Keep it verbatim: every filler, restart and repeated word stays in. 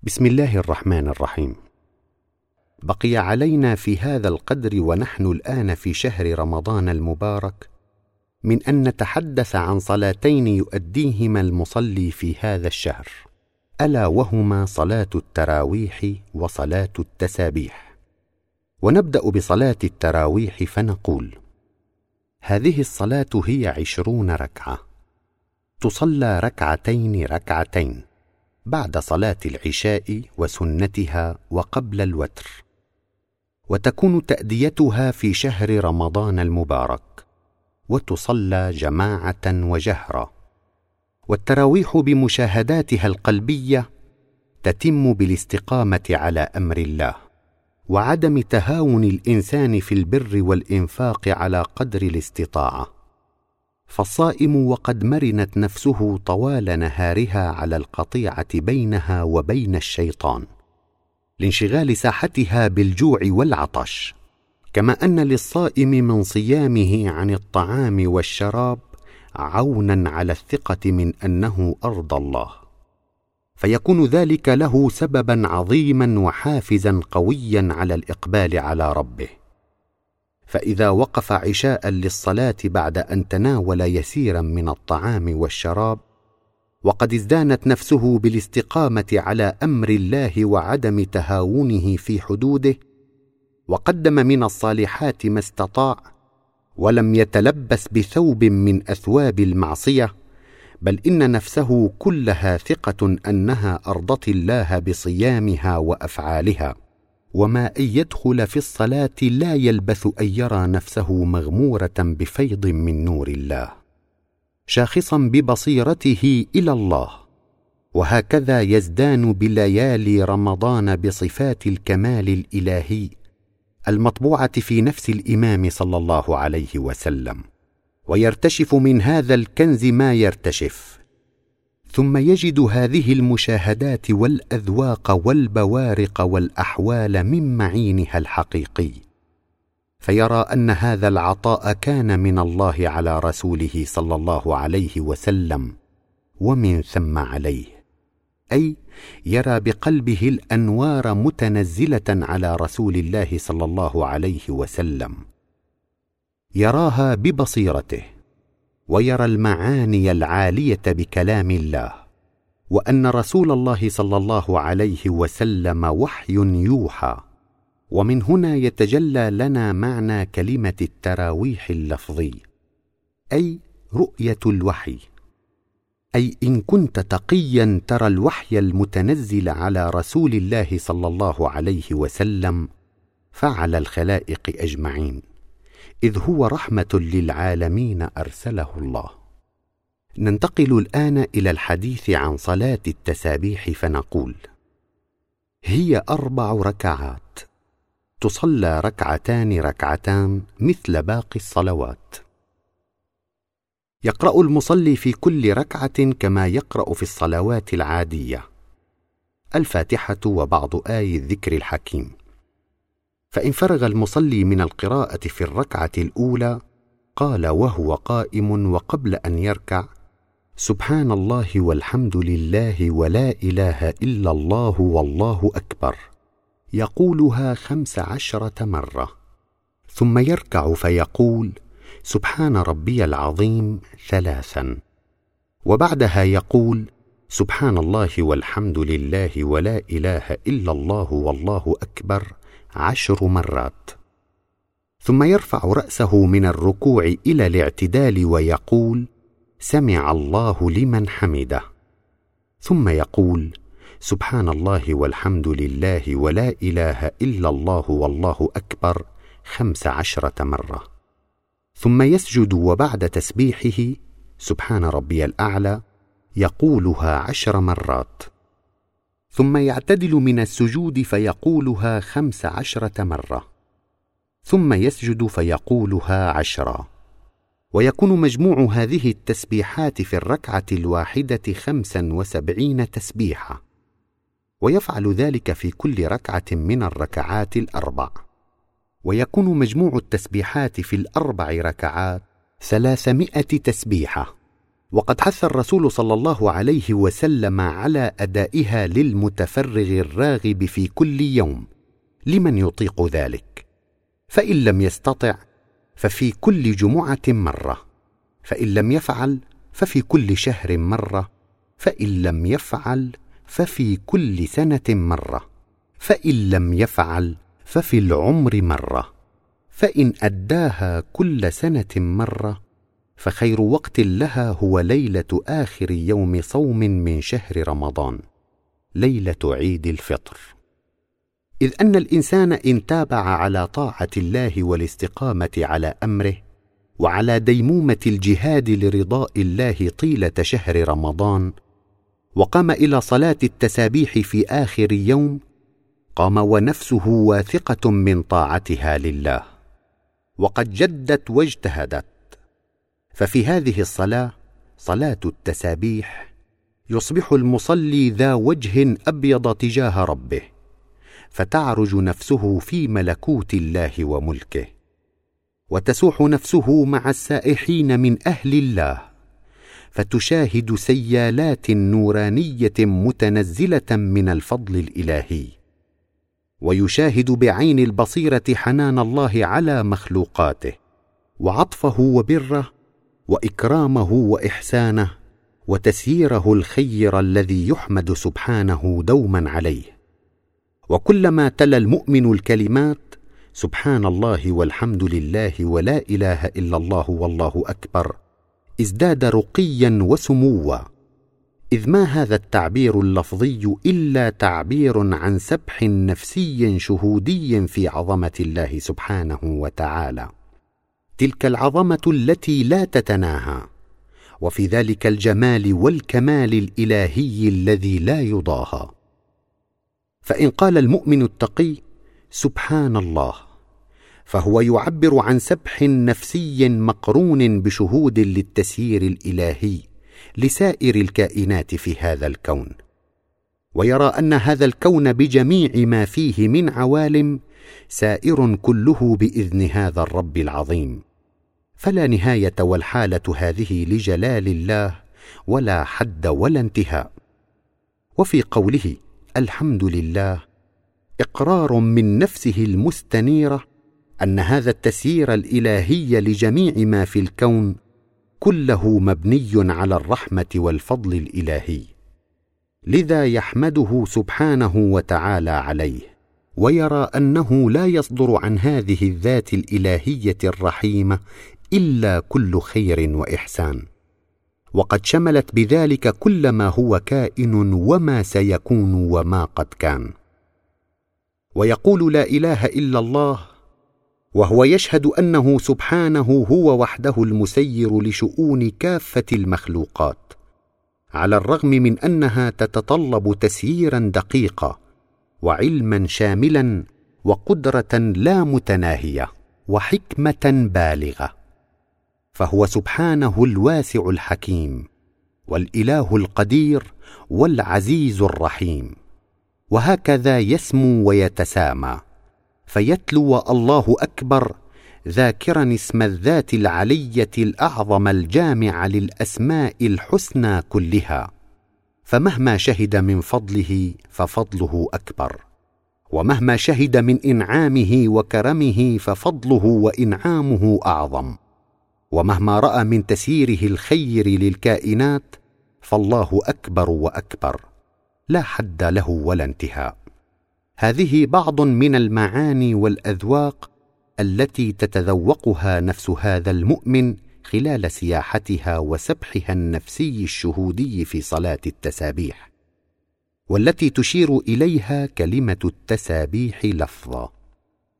بسم الله الرحمن الرحيم. بقي علينا في هذا القدر ونحن الآن في شهر رمضان المبارك من أن نتحدث عن صلاتين يؤديهما المصلي في هذا الشهر، ألا وهما صلاة التراويح وصلاة التسابيح. ونبدأ بصلاة التراويح فنقول: هذه الصلاة هي عشرون ركعة، تصلى ركعتين ركعتين بعد صلاة العشاء وسنتها وقبل الوتر، وتكون تأديتها في شهر رمضان المبارك، وتصلى جماعة وجهرا. والتراويح بمشاهداتها القلبية تتم بالاستقامة على أمر الله، وعدم تهاون الإنسان في البر والإنفاق على قدر الاستطاعة. فالصائم وقد مرنت نفسه طوال نهارها على القطيعة بينها وبين الشيطان لانشغال ساحتها بالجوع والعطش، كما أن للصائم من صيامه عن الطعام والشراب عونا على الثقة من أنه أرضى الله، فيكون ذلك له سببا عظيما وحافزا قويا على الإقبال على ربه. فإذا وقف عشاء للصلاة بعد أن تناول يسيرا من الطعام والشراب، وقد ازدانت نفسه بالاستقامة على أمر الله وعدم تهاونه في حدوده، وقدم من الصالحات ما استطاع، ولم يتلبس بثوب من أثواب المعصية، بل إن نفسه كلها ثقة أنها أرضت الله بصيامها وأفعالها، وما أن يدخل في الصلاة لا يلبث أن يرى نفسه مغمورة بفيض من نور الله، شاخصا ببصيرته إلى الله. وهكذا يزدان بليالي رمضان بصفات الكمال الإلهي المطبوعة في نفس الإمام صلى الله عليه وسلم، ويرتشف من هذا الكنز ما يرتشف، ثم يجد هذه المشاهدات والأذواق والبوارق والأحوال من معينها الحقيقي، فيرى أن هذا العطاء كان من الله على رسوله صلى الله عليه وسلم ومن ثم عليه، أي يرى بقلبه الأنوار متنزلة على رسول الله صلى الله عليه وسلم، يراها ببصيرته، ويرى المعاني العالية بكلام الله، وأن رسول الله صلى الله عليه وسلم وحي يوحى. ومن هنا يتجلى لنا معنى كلمة التراويح اللفظي، أي رؤية الوحي، أي إن كنت تقيا ترى الوحي المتنزل على رسول الله صلى الله عليه وسلم فعلى الخلائق أجمعين، إذ هو رحمة للعالمين أرسله الله. ننتقل الآن إلى الحديث عن صلاة التسابيح فنقول: هي أربع ركعات، تصلى ركعتان ركعتان مثل باقي الصلوات. يقرأ المصلي في كل ركعة كما يقرأ في الصلوات العادية الفاتحة وبعض آي الذكر الحكيم. فإن فرغ المصلي من القراءة في الركعة الأولى قال وهو قائم وقبل أن يركع: سبحان الله والحمد لله ولا إله إلا الله والله أكبر، يقولها خمس عشرة مرة، ثم يركع فيقول: سبحان ربي العظيم ثلاثا، وبعدها يقول: سبحان الله والحمد لله ولا إله إلا الله والله أكبر عشر مرات، ثم يرفع رأسه من الركوع إلى الاعتدال ويقول: سمع الله لمن حمده، ثم يقول: سبحان الله والحمد لله ولا إله إلا الله والله أكبر خمس عشرة مرة، ثم يسجد، وبعد تسبيحه سبحان ربي الأعلى يقولها عشر مرات، ثم يعتدل من السجود فيقولها خمس عشرة مرة، ثم يسجد فيقولها عشرا. ويكون مجموع هذه التسبيحات في الركعة الواحدة خمسا وسبعين تسبيحة، ويفعل ذلك في كل ركعة من الركعات الأربع، ويكون مجموع التسبيحات في الأربع ركعات ثلاثمائة تسبيحة. وقد حث الرسول صلى الله عليه وسلم على أدائها للمتفرغ الراغب في كل يوم لمن يطيق ذلك، فإن لم يستطع ففي كل جمعة مرة، فإن لم يفعل ففي كل شهر مرة، فإن لم يفعل ففي كل سنة مرة، فإن لم يفعل ففي العمر مرة، فإن أداها كل سنة مرة فخير وقت لها هو ليلة آخر يوم صوم من شهر رمضان، ليلة عيد الفطر. إذ أن الإنسان إن تابع على طاعة الله والاستقامة على أمره وعلى ديمومة الجهاد لرضاء الله طيلة شهر رمضان، وقام إلى صلاة التسابيح في آخر يوم، قام ونفسه واثقة من طاعتها لله، وقد جدت واجتهدت. ففي هذه الصلاة، صلاة التسابيح، يصبح المصلي ذا وجه أبيض تجاه ربه، فتعرج نفسه في ملكوت الله وملكه، وتسوح نفسه مع السائحين من أهل الله، فتشاهد سيالات نورانية متنزلة من الفضل الإلهي، ويشاهد بعين البصيرة حنان الله على مخلوقاته، وعطفه وبره، وإكرامه وإحسانه، وتسييره الخير الذي يحمد سبحانه دوما عليه. وكلما تلا المؤمن الكلمات سبحان الله والحمد لله ولا إله إلا الله والله أكبر، ازداد رقيا وسموا، إذ ما هذا التعبير اللفظي إلا تعبير عن سبح نفسي شهودي في عظمة الله سبحانه وتعالى، تلك العظمة التي لا تتناهى، وفي ذلك الجمال والكمال الإلهي الذي لا يضاهى. فإن قال المؤمن التقي سبحان الله، فهو يعبر عن سبح نفسي مقرون بشهود للتسيير الإلهي لسائر الكائنات في هذا الكون، ويرى أن هذا الكون بجميع ما فيه من عوالم سائر كله بإذن هذا الرب العظيم، فلا نهاية والحالة هذه لجلال الله ولا حد ولا انتهاء. وفي قوله الحمد لله إقرار من نفسه المستنيرة أن هذا التسيير الإلهي لجميع ما في الكون كله مبني على الرحمة والفضل الإلهي، لذا يحمده سبحانه وتعالى عليه، ويرى أنه لا يصدر عن هذه الذات الإلهية الرحيمة إلا كل خير وإحسان، وقد شملت بذلك كل ما هو كائن وما سيكون وما قد كان. ويقول لا إله إلا الله وهو يشهد أنه سبحانه هو وحده المسير لشؤون كافة المخلوقات، على الرغم من أنها تتطلب تسييرا دقيقا وعلما شاملا وقدرة لا متناهية وحكمة بالغة، فهو سبحانه الواسع الحكيم والإله القدير والعزيز الرحيم. وهكذا يسمو ويتسامى، فيتلو الله أكبر ذاكرا اسم الذات العلية الأعظم الجامع للأسماء الحسنى كلها، فمهما شهد من فضله ففضله أكبر، ومهما شهد من إنعامه وكرمه ففضله وإنعامه أعظم، ومهما رأى من تسييره الخير للكائنات فالله أكبر وأكبر، لا حد له ولا انتهاء. هذه بعض من المعاني والأذواق التي تتذوقها نفس هذا المؤمن خلال سياحتها وسبحها النفسي الشهودي في صلاة التسابيح، والتي تشير إليها كلمة التسابيح لفظا.